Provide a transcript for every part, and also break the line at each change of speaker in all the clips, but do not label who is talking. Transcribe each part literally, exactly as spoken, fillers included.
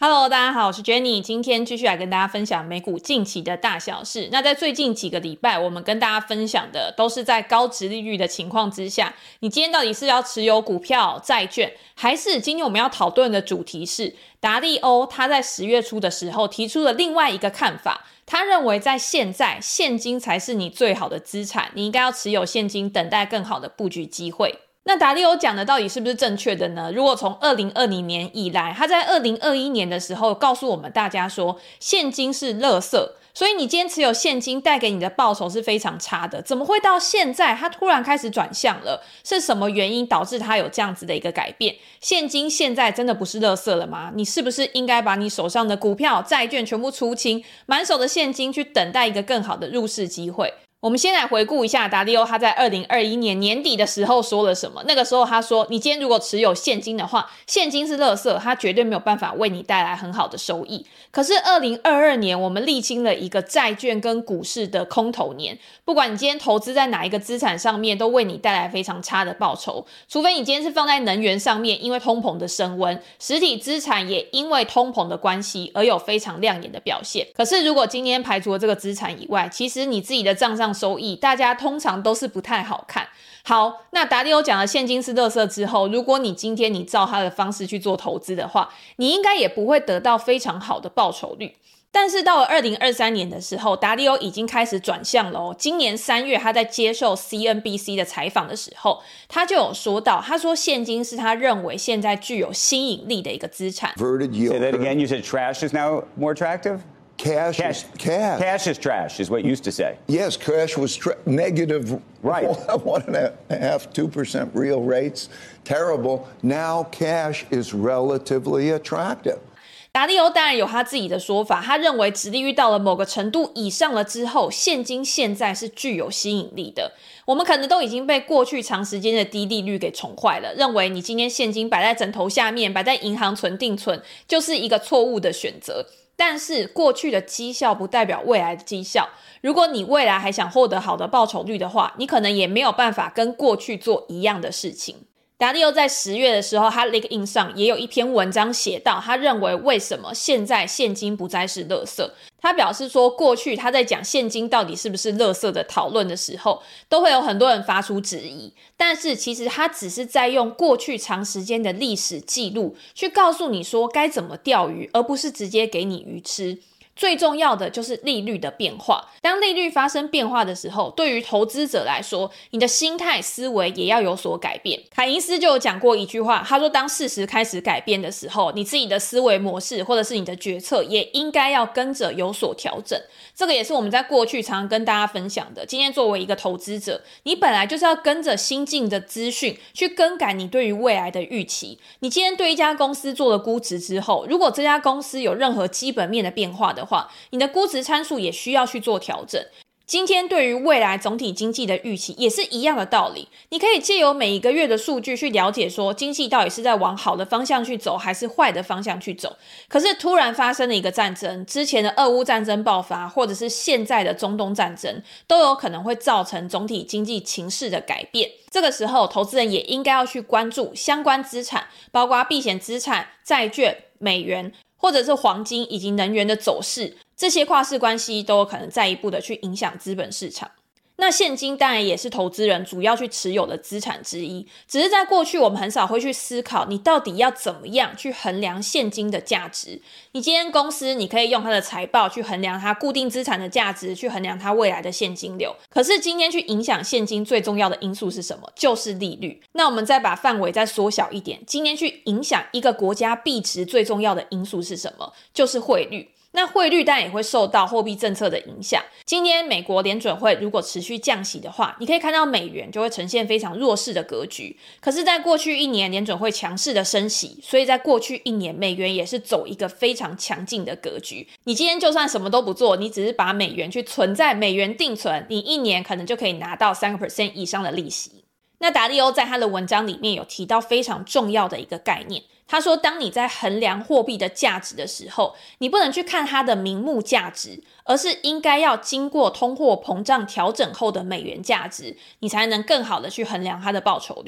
Hello， 大家好，我是 Jenny， 今天继续来跟大家分享美股近期的大小事。那在最近几个礼拜，我们跟大家分享的都是在高殖利率的情况之下，你今天到底是要持有股票、债券，还是今天我们要讨论的主题是达利欧他在十月初的时候提出了另外一个看法，他认为在现在现金才是你最好的资产，你应该要持有现金，等待更好的布局机会。那达利欧讲的到底是不是正确的呢？如果从二零二零年以来，他在二零二一年的时候告诉我们大家说现金是垃圾，所以你今天持有现金带给你的报酬是非常差的，怎么会到现在他突然开始转向了？是什么原因导致他有这样子的一个改变？现金现在真的不是垃圾了吗？你是不是应该把你手上的股票、债券全部出清，满手的现金去等待一个更好的入市机会？我们先来回顾一下达利欧他在二零二一年年底的时候说了什么。那个时候他说，你今天如果持有现金的话，现金是垃圾，它绝对没有办法为你带来很好的收益。可是二零二二年我们历经了一个债券跟股市的空头年，不管你今天投资在哪一个资产上面，都为你带来非常差的报酬。除非你今天是放在能源上面，因为通膨的升温，实体资产也因为通膨的关系而有非常亮眼的表现。可是如果今天排除了这个资产以外，其实你自己的账上收益大家通常都是不太好看。好，那达利欧讲了现金是垃圾之后，如果你今天你照他的方式去做投资的话，你应该也不会得到非常好的报酬率。但是到了二零二三年的时候，达利欧已经开始转向了哦。今年三月他在接受 C N B C 的采访的时候，他就有说到，他说现金是他认为现在具有吸引力的一个资产。
Say that again, you said trash is now more attractive?
Cash,
Cash,
cash.
cash is trash, is what you used to say.
Yes, cash was tra- negative.
Right.
One and a half, two percent real rates. Terrible. Now cash is relatively attractive.
达利欧当然有他自己的说法，他认为殖利率到了某个程度以上了之后，现金现在是具有吸引力的。我们可能都已经被过去长时间的低利率给宠坏了，认为你今天现金摆在枕头下面，摆在银行存定存，就是一个错误的选择。但是过去的绩效不代表未来的绩效，如果你未来还想获得好的报酬率的话，你可能也没有办法跟过去做一样的事情。达利欧在十月的时候，他 LinkedIn 上也有一篇文章写到，他认为为什么现在现金不再是垃圾。他表示说，过去他在讲现金到底是不是垃圾的讨论的时候，都会有很多人发出质疑，但是其实他只是在用过去长时间的历史记录去告诉你说该怎么钓鱼，而不是直接给你鱼吃。最重要的就是利率的变化，当利率发生变化的时候，对于投资者来说，你的心态思维也要有所改变。凯因斯就有讲过一句话，他说当事实开始改变的时候，你自己的思维模式或者是你的决策也应该要跟着有所调整。这个也是我们在过去常常跟大家分享的，今天作为一个投资者，你本来就是要跟着新进的资讯去更改你对于未来的预期。你今天对一家公司做了估值之后，如果这家公司有任何基本面的变化的话，你的估值参数也需要去做调整。今天对于未来总体经济的预期也是一样的道理，你可以借由每一个月的数据去了解说经济到底是在往好的方向去走还是坏的方向去走。可是突然发生了一个战争，之前的俄乌战争爆发，或者是现在的中东战争，都有可能会造成总体经济情势的改变。这个时候投资人也应该要去关注相关资产，包括避险资产、债券、美元或者是黄金以及能源的走势，这些跨市关系都有可能再一步的去影响资本市场。那现金当然也是投资人主要去持有的资产之一，只是在过去我们很少会去思考你到底要怎么样去衡量现金的价值。你今天公司你可以用它的财报去衡量它固定资产的价值，去衡量它未来的现金流，可是今天去影响现金最重要的因素是什么？就是利率。那我们再把范围再缩小一点，今天去影响一个国家币值最重要的因素是什么？就是汇率。那汇率当然也会受到货币政策的影响。今天美国联准会如果持续降息的话，你可以看到美元就会呈现非常弱势的格局。可是在过去一年联准会强势的升息，所以在过去一年美元也是走一个非常强劲的格局。你今天就算什么都不做，你只是把美元去存在美元定存，你一年可能就可以拿到 百分之三 以上的利息。那达利欧在他的文章里面有提到非常重要的一个概念，他说当你在衡量货币的价值的时候，你不能去看它的名目价值，而是应该要经过通货膨胀调整后的美元价值，你才能更好的去衡量它的报酬率。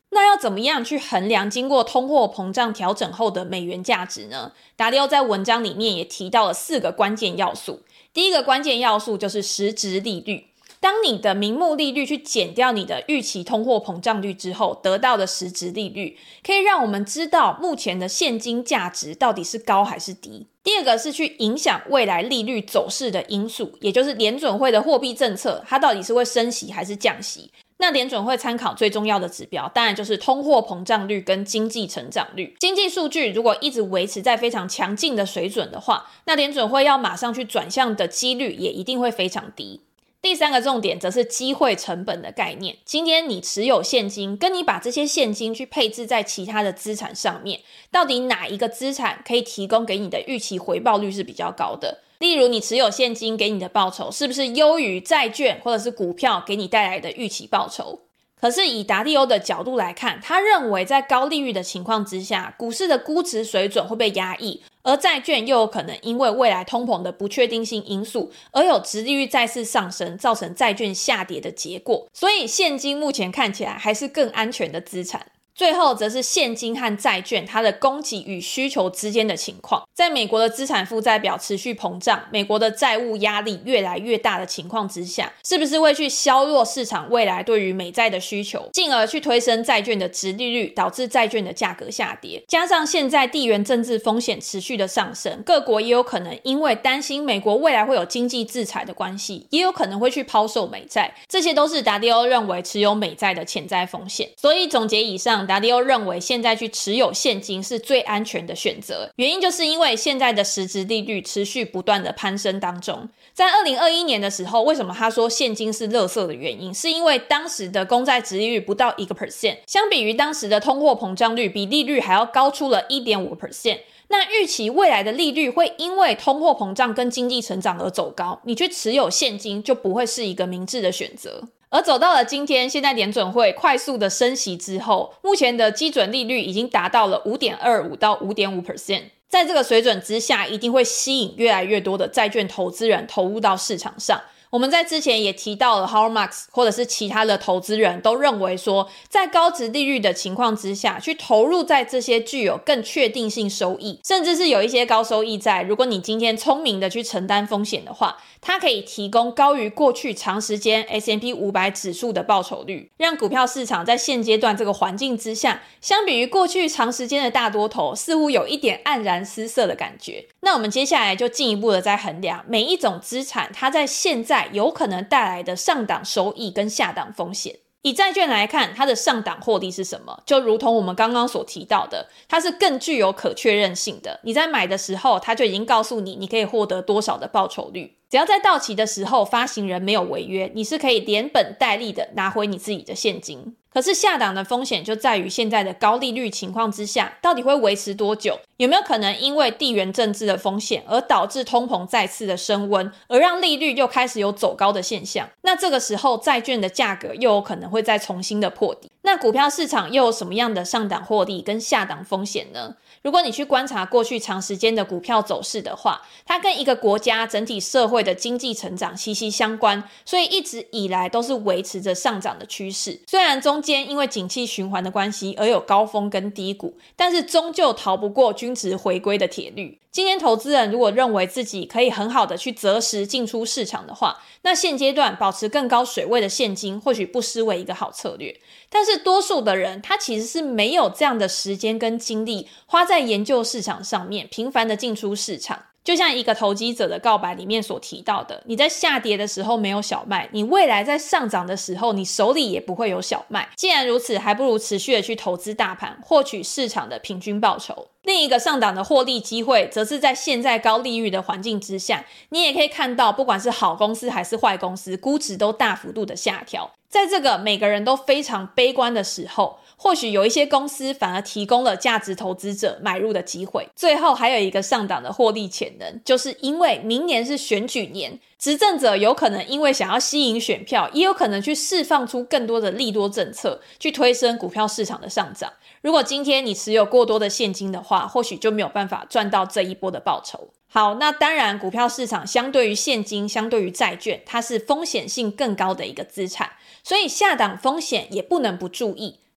那要怎么样去衡量经过通货膨胀调整后的美元价值呢？达利欧在文章里面也提到了四个关键要素。第一个关键要素就是实质利率。当你的名目利率去减掉你的预期通货膨胀率之后，得到的实质利率可以让我们知道目前的现金价值到底是高还是低。第二个是去影响未来利率走势的因素，也就是联准会的货币政策，它到底是会升息还是降息。那联准会参考最重要的指标，当然就是通货膨胀率跟经济成长率。经济数据如果一直维持在非常强劲的水准的话，那联准会要马上去转向的几率也一定会非常低。第三个重点则是机会成本的概念。今天你持有现金，跟你把这些现金去配置在其他的资产上面，到底哪一个资产可以提供给你的预期回报率是比较高的？例如你持有现金给你的报酬是不是优于债券或者是股票给你带来的预期报酬？可是以达利欧的角度来看，他认为在高利率的情况之下，股市的估值水准会被压抑，而债券又有可能因为未来通膨的不确定性因素而有殖利率再次上升，造成债券下跌的结果。所以现金目前看起来还是更安全的资产。最后则是现金和债券它的供给与需求之间的情况。在美国的资产负债表持续膨胀，美国的债务压力越来越大的情况之下，是不是会去削弱市场未来对于美债的需求，进而去推升债券的殖利率，导致债券的价格下跌？加上现在地缘政治风险持续的上升，各国也有可能因为担心美国未来会有经济制裁的关系，也有可能会去抛售美债，这些都是达利欧认为持有美债的潜在风险。所以总结以上，达利欧认为现在去持有现金是最安全的选择，原因就是因为现在的实质利率持续不断的攀升当中。在二零二一年的时候，为什么他说现金是垃圾的原因，是因为当时的公债殖利率不到 百分之一， 相比于当时的通货膨胀率比利率还要高出了 百分之一点五。 那预期未来的利率会因为通货膨胀跟经济成长而走高，你去持有现金就不会是一个明智的选择。而走到了今天，现在联准会快速的升息之后，目前的基准利率已经达到了 百分之五点二五 到 百分之五点五。 在这个水准之下，一定会吸引越来越多的债券投资人投入到市场上。我们在之前也提到了 Howard Marks 或者是其他的投资人都认为说，在高殖利率的情况之下，去投入在这些具有更确定性收益，甚至是有一些高收益债，如果你今天聪明的去承担风险的话，它可以提供高于过去长时间 S and P 五百 指数的报酬率，让股票市场在现阶段这个环境之下，相比于过去长时间的大多头，似乎有一点黯然失色的感觉。那我们接下来就进一步的再衡量每一种资产它在现在有可能带来的上档收益跟下档风险。以债券来看，它的上档获利是什么？就如同我们刚刚所提到的，它是更具有可确认性的。你在买的时候，它就已经告诉你你可以获得多少的报酬率。只要在到期的时候发行人没有违约，你是可以连本带利的拿回你自己的现金。可是下档的风险就在于现在的高利率情况之下，到底会维持多久？有没有可能因为地缘政治的风险而导致通膨再次的升温，而让利率又开始有走高的现象？那这个时候债券的价格又有可能会再重新的破底。那股票市场又有什么样的上档获利跟下档风险呢？如果你去观察过去长时间的股票走势的话，它跟一个国家整体社会的经济成长息息相关，所以一直以来都是维持着上涨的趋势。虽然中间因为景气循环的关系而有高峰跟低谷，但是终究逃不过均值回归的铁律。今天投资人如果认为自己可以很好的去择时进出市场的话，那现阶段保持更高水位的现金或许不失为一个好策略。但是多数的人他其实是没有这样的时间跟精力花在研究市场上面，频繁的进出市场。就像一个投机者的告白里面所提到的，你在下跌的时候没有小麦，你未来在上涨的时候你手里也不会有小麦。既然如此，还不如持续的去投资大盘，获取市场的平均报酬。另一个上档的获利机会则是在现在高利率的环境之下，你也可以看到不管是好公司还是坏公司，估值都大幅度的下调。在这个每个人都非常悲观的时候，或许有一些公司反而提供了价值投资者买入的机会。最后还有一个上档的获利潜能，就是因为明年是选举年，执政者有可能因为想要吸引选票，也有可能去释放出更多的利多政策，去推升股票市场的上涨。如果今天你持有过多的现金的话，或许就没有办法赚到这一波的报酬。好，那当然股票市场相对于现金，相对于债券，它是风险性更高的一个资产，所以下档风险也不能不注意。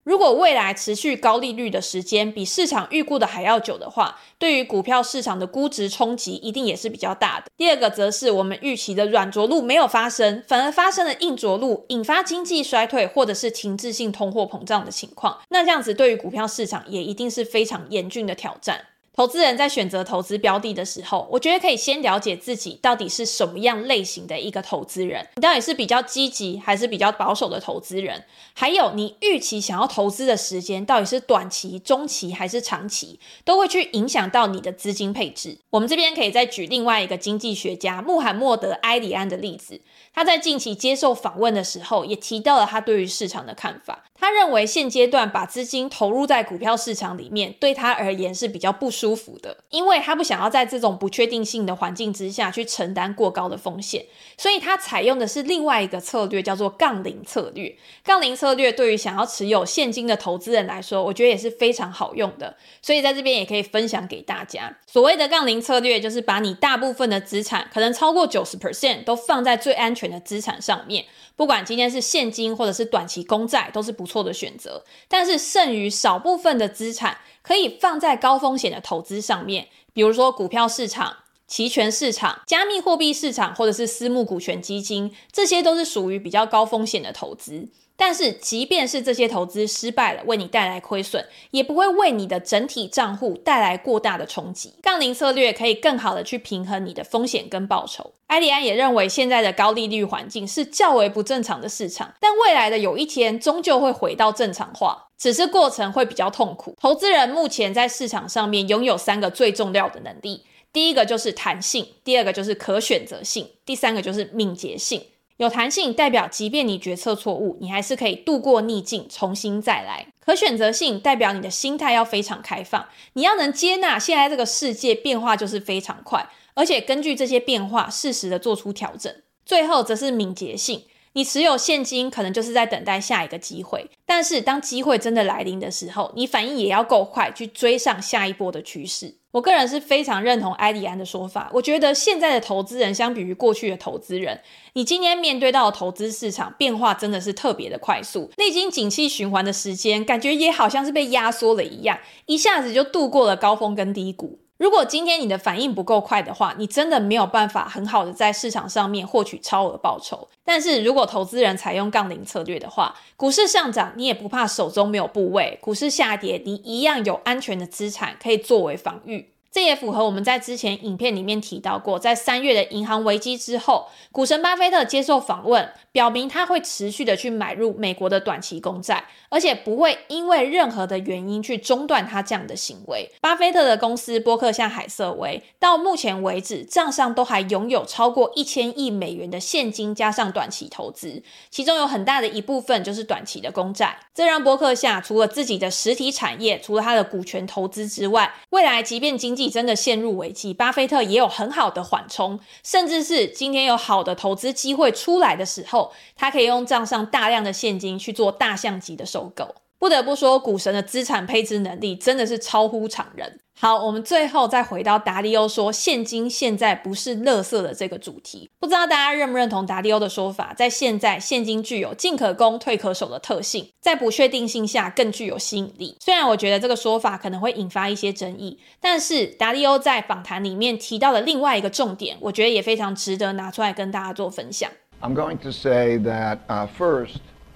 如果未来持续高利率的时间比市场预估的还要久的话，对于股票市场的估值冲击一定也是比较大的。第二个则是我们预期的软着陆没有发生，反而发生了硬着陆，引发经济衰退或者是停滞性通货膨胀的情况，那这样子对于股票市场也一定是非常严峻的挑战。投资人在选择投资标的的时候，我觉得可以先了解自己到底是什么样类型的一个投资人，你到底是比较积极还是比较保守的投资人，还有你预期想要投资的时间到底是短期、中期还是长期，都会去影响到你的资金配置。我们这边可以再举另外一个经济学家穆罕默德·埃里安的例子，他在近期接受访问的时候也提到了他对于市场的看法。他认为现阶段把资金投入在股票市场里面对他而言是比较不舒服的，因为他不想要在这种不确定性的环境之下去承担过高的风险，所以他采用的是另外一个策略，叫做杠铃策略。杠铃策略对于想要持有现金的投资人来说，我觉得也是非常好用的，所以在这边也可以分享给大家。所谓的杠铃策略就是把你大部分的资产，可能超过 百分之九十 都放在最安全的资产上面，不管今天是现金或者是短期公债都是不错的选择，但是剩余少部分的资产可以放在高风险的投资上面，比如说股票市场、期权市场、加密货币市场或者是私募股权基金，这些都是属于比较高风险的投资。但是即便是这些投资失败了，为你带来亏损，也不会为你的整体账户带来过大的冲击。杠铃策略可以更好的去平衡你的风险跟报酬。埃里安也认为现在的高利率环境是较为不正常的市场，但未来的有一天终究会回到正常化，只是过程会比较痛苦。投资人目前在市场上面拥有三个最重要的能力，第一个就是弹性，第二个就是可选择性，第三个就是敏捷性。有弹性代表即便你决策错误，你还是可以度过逆境，重新再来。可选择性代表你的心态要非常开放，你要能接纳现在这个世界变化就是非常快，而且根据这些变化适时的做出调整。最后则是敏捷性，你持有现金可能就是在等待下一个机会，但是当机会真的来临的时候，你反应也要够快，去追上下一波的趋势。我个人是非常认同埃里安的说法，我觉得现在的投资人相比于过去的投资人，你今天面对到的投资市场变化真的是特别的快速，历经景气循环的时间感觉也好像是被压缩了一样，一下子就度过了高峰跟低谷。如果今天你的反应不够快的话，你真的没有办法很好的在市场上面获取超额报酬。但是如果投资人采用杠铃策略的话，股市上涨你也不怕手中没有部位，股市下跌你一样有安全的资产可以作为防御。这也符合我们在之前影片里面提到过，在三月的银行危机之后，股神巴菲特接受访问，表明他会持续的去买入美国的短期公债，而且不会因为任何的原因去中断他这样的行为。巴菲特的公司波克夏海瑟薇到目前为止账上都还拥有超过一千亿美元的现金加上短期投资，其中有很大的一部分就是短期的公债。这让波克夏除了自己的实体产业，除了他的股权投资之外，未来即便经济真的陷入危机，巴菲特也有很好的缓冲，甚至是今天有好的投资机会出来的时候，他可以用账上大量的现金去做大象级的收购。不得不说，股神的资产配置能力真的是超乎常人。好，我们最后再回到达利欧说现金现在不是垃圾的这个主题，不知道大家认不认同达利欧的说法，在现在现金具有进可攻退可守的特性，在不确定性下更具有吸引力。虽然我觉得这个说法可能会引发一些争议，但是达利欧在访谈里面提到的另外一个重点，我觉得也非常值得拿出来跟大家做分享。
I'm going to say that uh, first,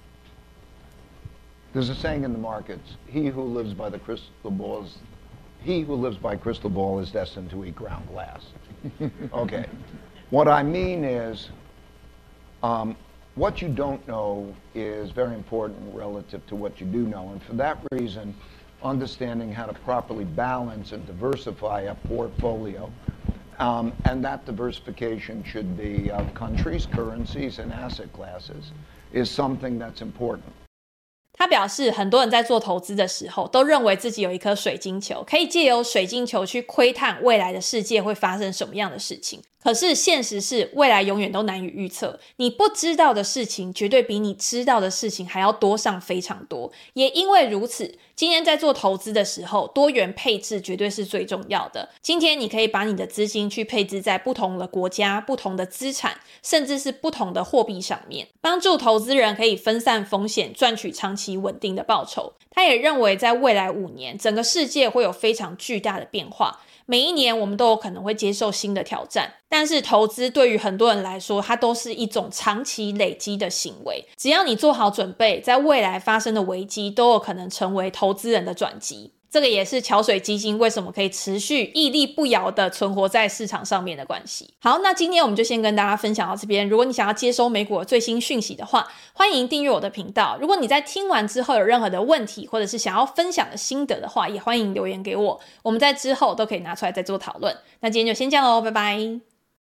there's a saying in the markets, he who lives by the crystal balls He who lives by crystal ball is destined to eat ground glass. Okay. What I mean is, um, what you don't know is very important relative to what you do know. And for that reason, understanding how to properly balance and diversify a portfolio, um, and that diversification should be of countries, currencies, and asset classes, is something that's important.
他表示，很多人在做投资的时候都认为自己有一颗水晶球，可以借由水晶球去窥探未来的世界会发生什么样的事情。可是现实是，未来永远都难以预测，你不知道的事情绝对比你知道的事情还要多上非常多。也因为如此，今天在做投资的时候，多元配置绝对是最重要的。今天你可以把你的资金去配置在不同的国家、不同的资产，甚至是不同的货币上面，帮助投资人可以分散风险，赚取长期期稳定的报酬。他也认为在未来五年，整个世界会有非常巨大的变化，每一年我们都有可能会接受新的挑战，但是投资对于很多人来说，它都是一种长期累积的行为，只要你做好准备，在未来发生的危机都有可能成为投资人的转机。这个也是桥水基金为什么可以持续屹立不摇的存活在市场上面的关系。好，那今天我们就先跟大家分享到这边。如果你想要接收美股的最新讯息的话，欢迎订阅我的频道。如果你在听完之后有任何的问题，或者是想要分享的心得的话，也欢迎留言给我，我们在之后都可以拿出来再做讨论。那今天就先这样咯，拜拜。